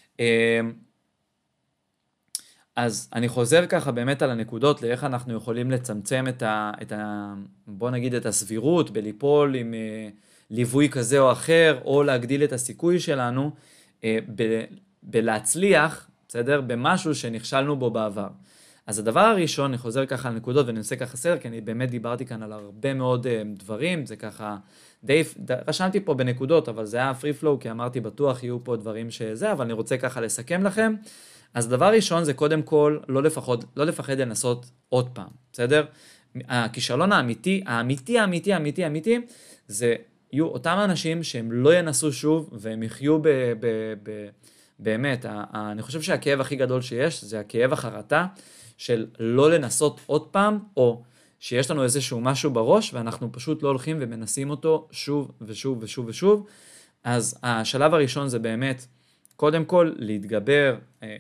אז אני חוזר ככה באמת על הנקודות, לאיך אנחנו יכולים לצמצם את ה, את ה בוא נגיד את הסבירות, בליפול עם ליווי כזה או אחר, או להגדיל את הסיכוי שלנו, ב, בלהצליח, בסדר? במשהו שנכשלנו בו בעבר. אז הדבר הראשון, אני חוזר ככה על נקודות ואני עושה ככה סדר, כי אני באמת דיברתי כאן על הרבה מאוד דברים, זה ככה, די, רשמתי פה בנקודות, אבל זה היה פרי פלואו, כי אמרתי בטוח יהיו פה דברים שזה, אבל אני רוצה ככה לסכם לכם. אז דבר ראשון זה קודם כל לא לפחד, לא לפחד לנסות עוד פעם, בסדר? הכישלון האמיתי, האמיתי, האמיתי, האמיתי, האמיתי, זה יהיו אותם אנשים שהם לא ינסו שוב, והם יחיו ב, ב, ב, באמת, אני חושב שהכאב הכי גדול שיש, זה הכאב החרטה, של לא לנסות עוד פעם, או שיש לנו איזשהו משהו בראש, ואנחנו פשוט לא הולכים ומנסים אותו שוב ושוב ושוב ושוב. אז השלב הראשון זה באמת, קודם כל להתגבר,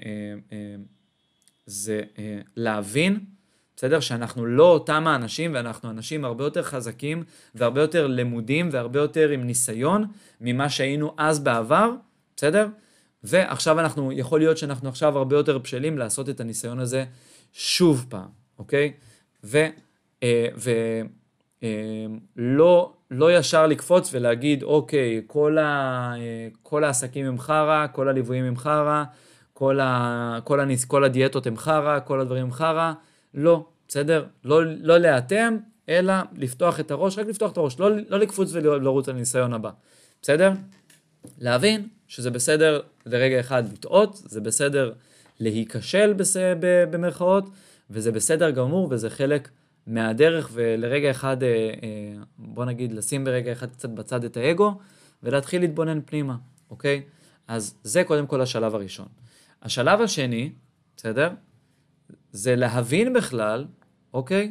זה להבין, בסדר? שאנחנו לא אותם האנשים, ואנחנו אנשים הרבה יותר חזקים, והרבה יותר למודים, והרבה יותר עם ניסיון, ממה שהיינו אז בעבר, בסדר? ועכשיו אנחנו, יכול להיות שאנחנו עכשיו הרבה יותר בשלים לעשות את הניסיון הזה שוב פעם, אוקיי? ו, ולא, לא ישר לקפוץ ולהגיד, אוקיי, כל ה, כל העסקים הם חרה, כל הליוויים הם חרה, כל ה, כל הניס, כל הדיאטות הם חרה, כל הדברים הם חרה, לא, בסדר? לא, לא להיאטם, אלא לפתוח את הראש, רק לפתוח את הראש, לא, לא לקפוץ ולרוץ על ניסיון הבא, בסדר? להבין שזה בסדר לרגע אחד לטעות, זה בסדר להיכשל במרכאות, וזה בסדר גמור, וזה חלק מהדרך, ולרגע אחד, בוא נגיד, לשים ברגע אחד קצת בצד את האגו, ולהתחיל להתבונן פנימה, אוקיי? אז זה קודם כל השלב הראשון. השלב השני, בסדר? זה להבין בכלל, אוקיי?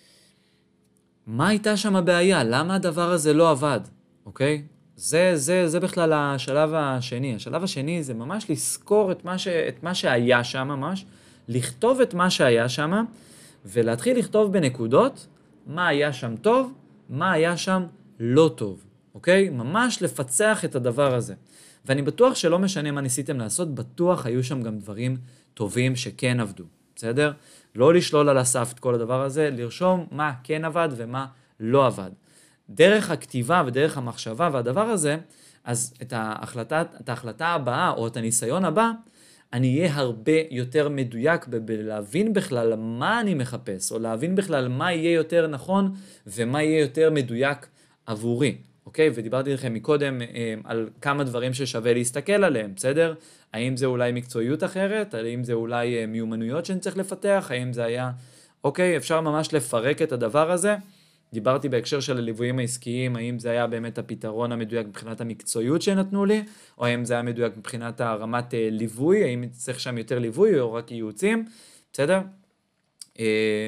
מה הייתה שם הבעיה? למה הדבר הזה לא עבד? אוקיי? זה, זה, זה בכלל השלב השני. השלב השני זה ממש לזכור את מה, ש, את מה שהיה שם, ממש, לכתוב את מה שהיה שם, ולהתחיל לכתוב בנקודות מה היה שם טוב, מה היה שם לא טוב. אוקיי? ממש לפצח את הדבר הזה. ואני בטוח שלא משנה מה ניסיתם לעשות, בטוח היו שם גם דברים טובים שכן עבדו. בסדר? לא לשלול על הסף את כל הדבר הזה, לרשום מה כן עבד ומה לא עבד. דרך הכתיבה ודרך המחשבה והדבר הזה, אז את ההחלטה, את ההחלטה הבאה או את הניסיון הבא, אני אהיה הרבה יותר מדויק בלהבין בכלל מה אני מחפש, או להבין בכלל מה יהיה יותר נכון ומה יהיה יותר מדויק עבורי. אוקיי? ודיברתי לכם מקודם אה, על כמה דברים ששווה להסתכל עליהם, בסדר? האם זה אולי מקצועיות אחרת? האם זה אולי אה, מיומנויות שאני צריך לפתח? האם זה היה... אוקיי, אפשר ממש לפרק את הדבר הזה. דיברתי בהקשר של הליוויים העסקיים, האם זה היה באמת הפתרון המדויק מבחינת המקצועיות שנתנו לי, או האם זה היה מדויק מבחינת הרמת אה, ליווי, האם צריך שם יותר ליווי או רק ייעוצים, בסדר? אה,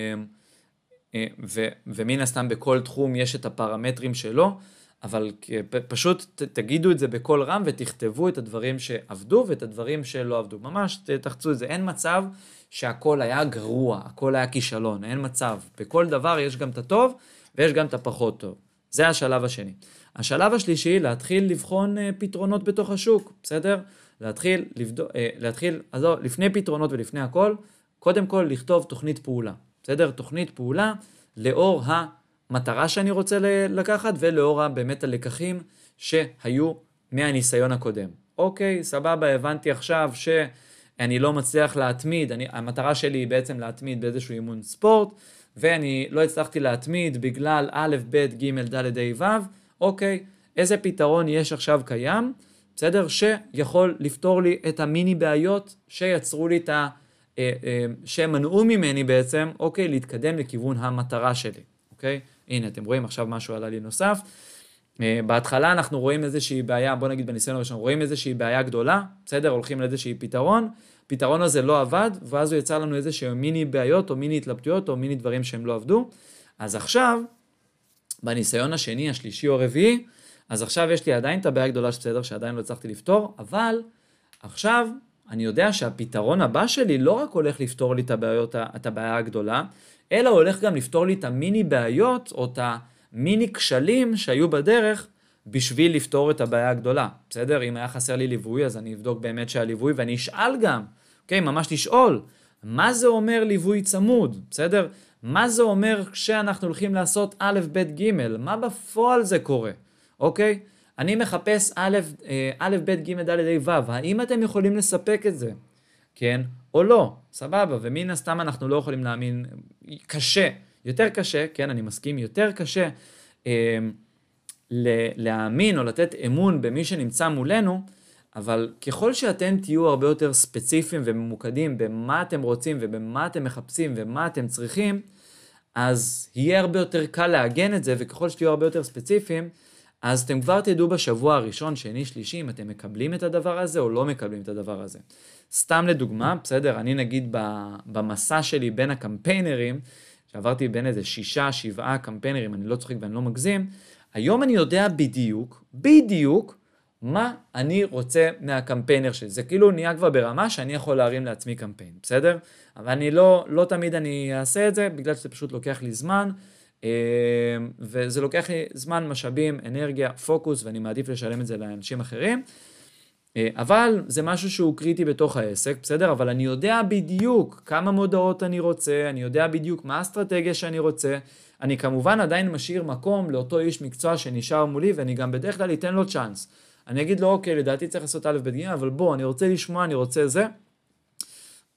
אה, ו, ומן הסתם בכל תחום יש את הפרמטרים שלו, אבל פשוט תגידו את זה בכל רם ותכתבו את הדברים שעבדו ואת הדברים שלא עבדו. ממש תחצו את זה. אין מצב שהכל היה גרוע, הכל היה כישלון, אין מצב. בכל דבר יש גם את הטוב ויש גם את הפחות טוב. זה השלב השני. השלב השלישי, להתחיל לבחון פתרונות בתוך השוק, בסדר? להתחיל, לבדו, להתחיל, אז לא, לפני פתרונות ולפני הכל, קודם כל לכתוב תוכנית פעולה, בסדר? תוכנית פעולה לאור ה... מטרה שאני רוצה לקחת, ולאור באמת הלקחים שהיו מהניסיון הקודם. אוקיי, סבבה, הבנתי עכשיו שאני לא מצליח להתמיד, אני, המטרה שלי היא בעצם להתמיד באיזשהו אימון ספורט, ואני לא הצלחתי להתמיד בגלל א', ב', ג', ד', ה', ו', אוקיי, איזה פתרון יש עכשיו קיים, בסדר? שיכול לפתור לי את המיני בעיות שיצרו לי את ה... שמנעו ממני בעצם, אוקיי, להתקדם לכיוון המטרה שלי. אוקיי? הנה, אתם רואים, עכשיו משהו עלה לי נוסף. בהתחלה אנחנו רואים איזושהי בעיה, בוא נגיד בניסיון הראשון, רואים איזושהי בעיה גדולה, בסדר? הולכים לאיזושהי פתרון, פתרון הזה לא עבד, ואז הוא יצר לנו איזושהי מיני בעיות, או מיני התלבטויות, או מיני דברים שהם לא עבדו. אז עכשיו, בניסיון השני, השלישי או הרביעי, אז עכשיו יש לי עדיין את הבעיה הגדולה שבסדר, שעדיין לא הצלחתי לפתור, אבל עכשיו אני יודע שהפתרון הבא שלי לא רק הולך לפתור לי את הבעיות, את הבעיה הגדולה, אלא הוא הולך גם לפתור לי את המיני בעיות, או את המיני כשלים שהיו בדרך, בשביל לפתור את הבעיה הגדולה. בסדר? אם היה חסר לי ליווי, אז אני אבדוק באמת שהליווי, ואני אשאל גם, אוקיי? ממש לשאול, מה זה אומר ליווי צמוד? בסדר? מה זה אומר כשאנחנו הולכים לעשות א', ב', ג'? מה בפועל זה קורה? אוקיי? אני מחפש א', א', ב', ג', ד', ה', ו'. האם אתם יכולים לספק את זה? כן? או לא? סבבה. ומן הסתם אנחנו לא יכולים להאמין, קשה, יותר קשה, כן? אני מסכים, יותר קשה אה, להאמין או לתת אמון במי שנמצא מולנו, אבל ככל שאתם תהיו הרבה יותר ספציפיים וממוקדים במה אתם רוצים ובמה אתם מחפשים ומה אתם צריכים, אז יהיה הרבה יותר קל להגן את זה, וככל שתהיו הרבה יותר ספציפיים, אז אתם כבר תדעו בשבוע הראשון, שני, שלישי, אם אתם מקבלים את הדבר הזה או לא מקבלים את הדבר הזה. סתם לדוגמה, בסדר, אני נגיד במסע שלי בין הקמפיינרים, שעברתי בין איזה שישה, שבעה קמפיינרים, אני לא צוחק ואני לא מגזים, היום אני יודע בדיוק, בדיוק, מה אני רוצה מהקמפיינר שלי. זה כאילו נהיה כבר ברמה שאני יכול להרים לעצמי קמפיין, בסדר? אבל אני לא, לא תמיד אני אעשה את זה, בגלל שזה פשוט לוקח לי זמן, וזה לוקח לי זמן, משאבים, אנרגיה, פוקוס, ואני מעדיף לשלם את זה לאנשים אחרים, אבל זה משהו שהוא קריטי בתוך העסק, בסדר? אבל אני יודע בדיוק כמה מודעות אני רוצה, אני יודע בדיוק מה האסטרטגיה שאני רוצה, אני כמובן עדיין משאיר מקום לאותו איש מקצוע שנשאר מולי, ואני גם בדרך כלל אתן לו צ'אנס. אני אגיד לו, אוקיי, לדעתי צריך לעשות א' ב' ג', אבל בוא, אני רוצה לשמוע, אני רוצה זה,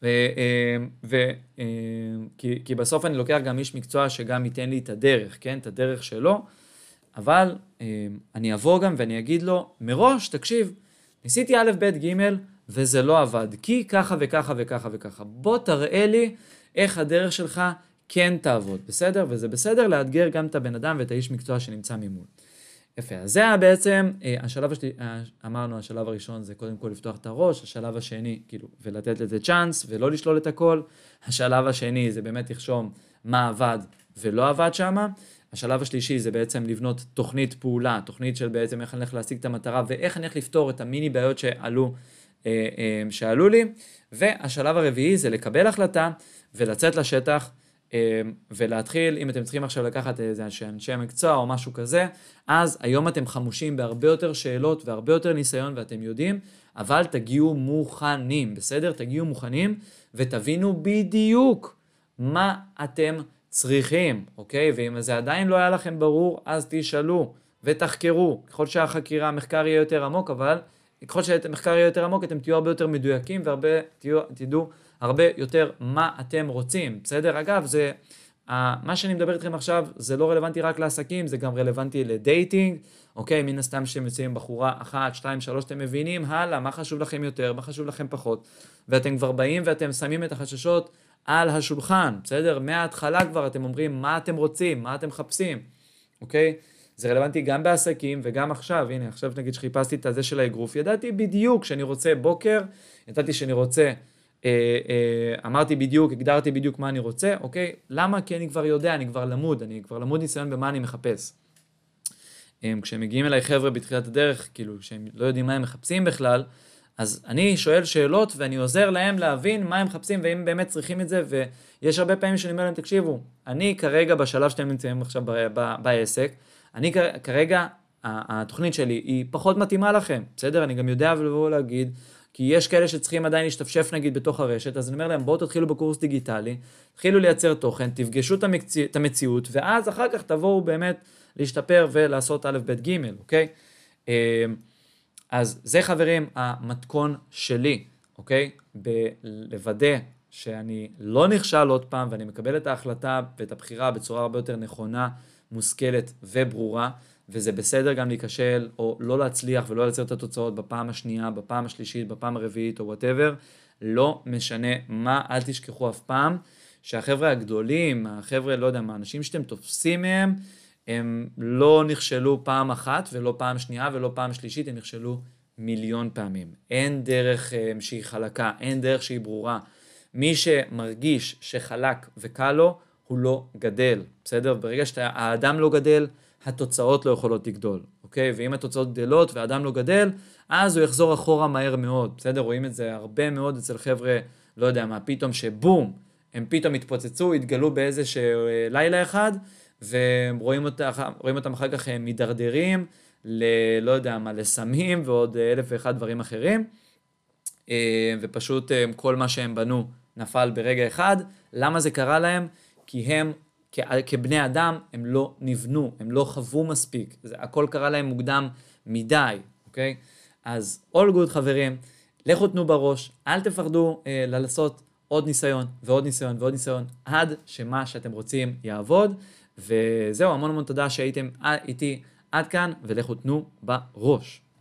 ו, ו, כי, כי בסוף אני לוקח גם איש מקצוע שגם ייתן לי את הדרך, כן? את הדרך שלו, אבל אני אבוא גם ואני אגיד לו, מראש, תקשיב, ניסיתי א', ב', ג', וזה לא עבד, כי ככה וככה וככה וככה. בוא תראה לי איך הדרך שלך כן תעבוד, בסדר? וזה בסדר לאתגר גם את הבן אדם ואת האיש מקצוע שנמצא ממול. יפה, אז זה היה בעצם, השלב השני, אמרנו, השלב הראשון זה קודם כל לפתוח את הראש, השלב השני, כאילו, ולתת לזה צ'אנס, ולא לשלול את הכל. השלב השני זה באמת לחשום מה עבד ולא עבד שמה. השלב השלישי זה בעצם לבנות תוכנית פעולה, תוכנית של בעצם איך אני הולך להשיג את המטרה, ואיך אני הולך לפתור את המיני בעיות שעלו, שעלו לי. והשלב הרביעי זה לקבל החלטה ולצאת לשטח, ולהתחיל, אם אתם צריכים עכשיו לקחת איזה אנשי מקצוע או משהו כזה, אז היום אתם חמושים בהרבה יותר שאלות והרבה יותר ניסיון ואתם יודעים, אבל תגיעו מוכנים, בסדר? תגיעו מוכנים ותבינו בדיוק מה אתם צריכים, אוקיי? ואם זה עדיין לא היה לכם ברור, אז תשאלו ותחקרו. ככל שהחקירה, המחקר יהיה יותר עמוק, אבל ככל שהמחקר יהיה יותר עמוק, אתם תהיו הרבה יותר מדויקים והרבה תהיו, תדעו הרבה יותר מה אתם רוצים, בסדר? אגב, זה, מה שאני מדבר איתכם עכשיו, זה לא רלוונטי רק לעסקים, זה גם רלוונטי לדייטינג, אוקיי? מן הסתם שאתם יוצאים בחורה אחת, שתיים, שלוש, אתם מבינים, הלאה, מה חשוב לכם יותר, מה חשוב לכם פחות, ואתם כבר באים ואתם שמים את החששות על השולחן, בסדר? מההתחלה כבר אתם אומרים מה אתם רוצים, מה אתם מחפשים, אוקיי? זה רלוונטי גם בעסקים וגם עכשיו, הנה, עכשיו נגיד שחיפשתי את הזה של האגרוף, ידעתי בדיוק שאני רוצה בוקר, ידעתי שאני רוצה, אמרתי בדיוק, הגדרתי בדיוק מה אני רוצה, אוקיי? למה? כי אני כבר יודע, אני כבר למוד, אני כבר למוד ניסיון במה אני מחפש. כשהם מגיעים אליי חבר'ה בתחילת הדרך, כאילו, שהם לא יודעים מה הם מחפשים בכלל, אז אני שואל שאלות ואני עוזר להם להבין מה הם מחפשים ואם באמת צריכים את זה, ויש הרבה פעמים שאני אומר להם, תקשיבו, אני כרגע בשלב שאתם נמצאים עכשיו ב- ב- בעסק, אני כרגע, התוכנית שלי היא פחות מתאימה לכם, בסדר? אני גם יודע ולבוא להגיד, כי יש כאלה שצריכים עדיין להשתפשף נגיד בתוך הרשת, אז אני אומר להם, בואו תתחילו בקורס דיגיטלי, תתחילו לייצר תוכן, תפגשו את, המציא, את המציאות, ואז אחר כך תבואו באמת להשתפר ולעשות א', ב', ג', אוקיי? אז זה חברים, המתכון שלי, אוקיי? בלוודא שאני לא נכשל עוד פעם, ואני מקבל את ההחלטה ואת הבחירה בצורה הרבה יותר נכונה, מושכלת וברורה, וזה בסדר גם להיכשל, או לא להצליח ולא לייצר את התוצאות בפעם השנייה, בפעם השלישית, בפעם הרביעית, או whatever, לא משנה מה, אל תשכחו אף פעם, שהחבר'ה הגדולים, החבר'ה, לא יודע מה, האנשים שאתם תופסים מהם, הם לא נכשלו פעם אחת, ולא פעם שנייה, ולא פעם שלישית, הם נכשלו מיליון פעמים. אין דרך שהיא חלקה, אין דרך שהיא ברורה. מי שמרגיש שחלק וקל לו, הוא לא גדל, בסדר? ברגע שהאדם לא גדל, התוצאות לא יכולות לגדול, אוקיי? ואם התוצאות גדלות והאדם לא גדל, אז הוא יחזור אחורה מהר מאוד, בסדר? רואים את זה הרבה מאוד אצל חבר'ה, לא יודע מה, פתאום שבום, הם פתאום התפוצצו, התגלו באיזשהו לילה אחד, ורואים אותם, רואים אותם אחר כך מדרדרים, ל, לא יודע מה, לסמים ועוד אלף ואחד דברים אחרים, ופשוט כל מה שהם בנו נפל ברגע אחד. למה זה קרה להם? כי הם, כ, כבני אדם, הם לא נבנו, הם לא חוו מספיק. זה, הכל קרה להם מוקדם מדי, אוקיי? אז all good חברים, לכו תנו בראש, אל תפחדו אה, לעשות עוד ניסיון ועוד ניסיון ועוד ניסיון, עד שמה שאתם רוצים יעבוד, וזהו, המון המון תודה שהייתם איתי עד כאן, ולכו תנו בראש.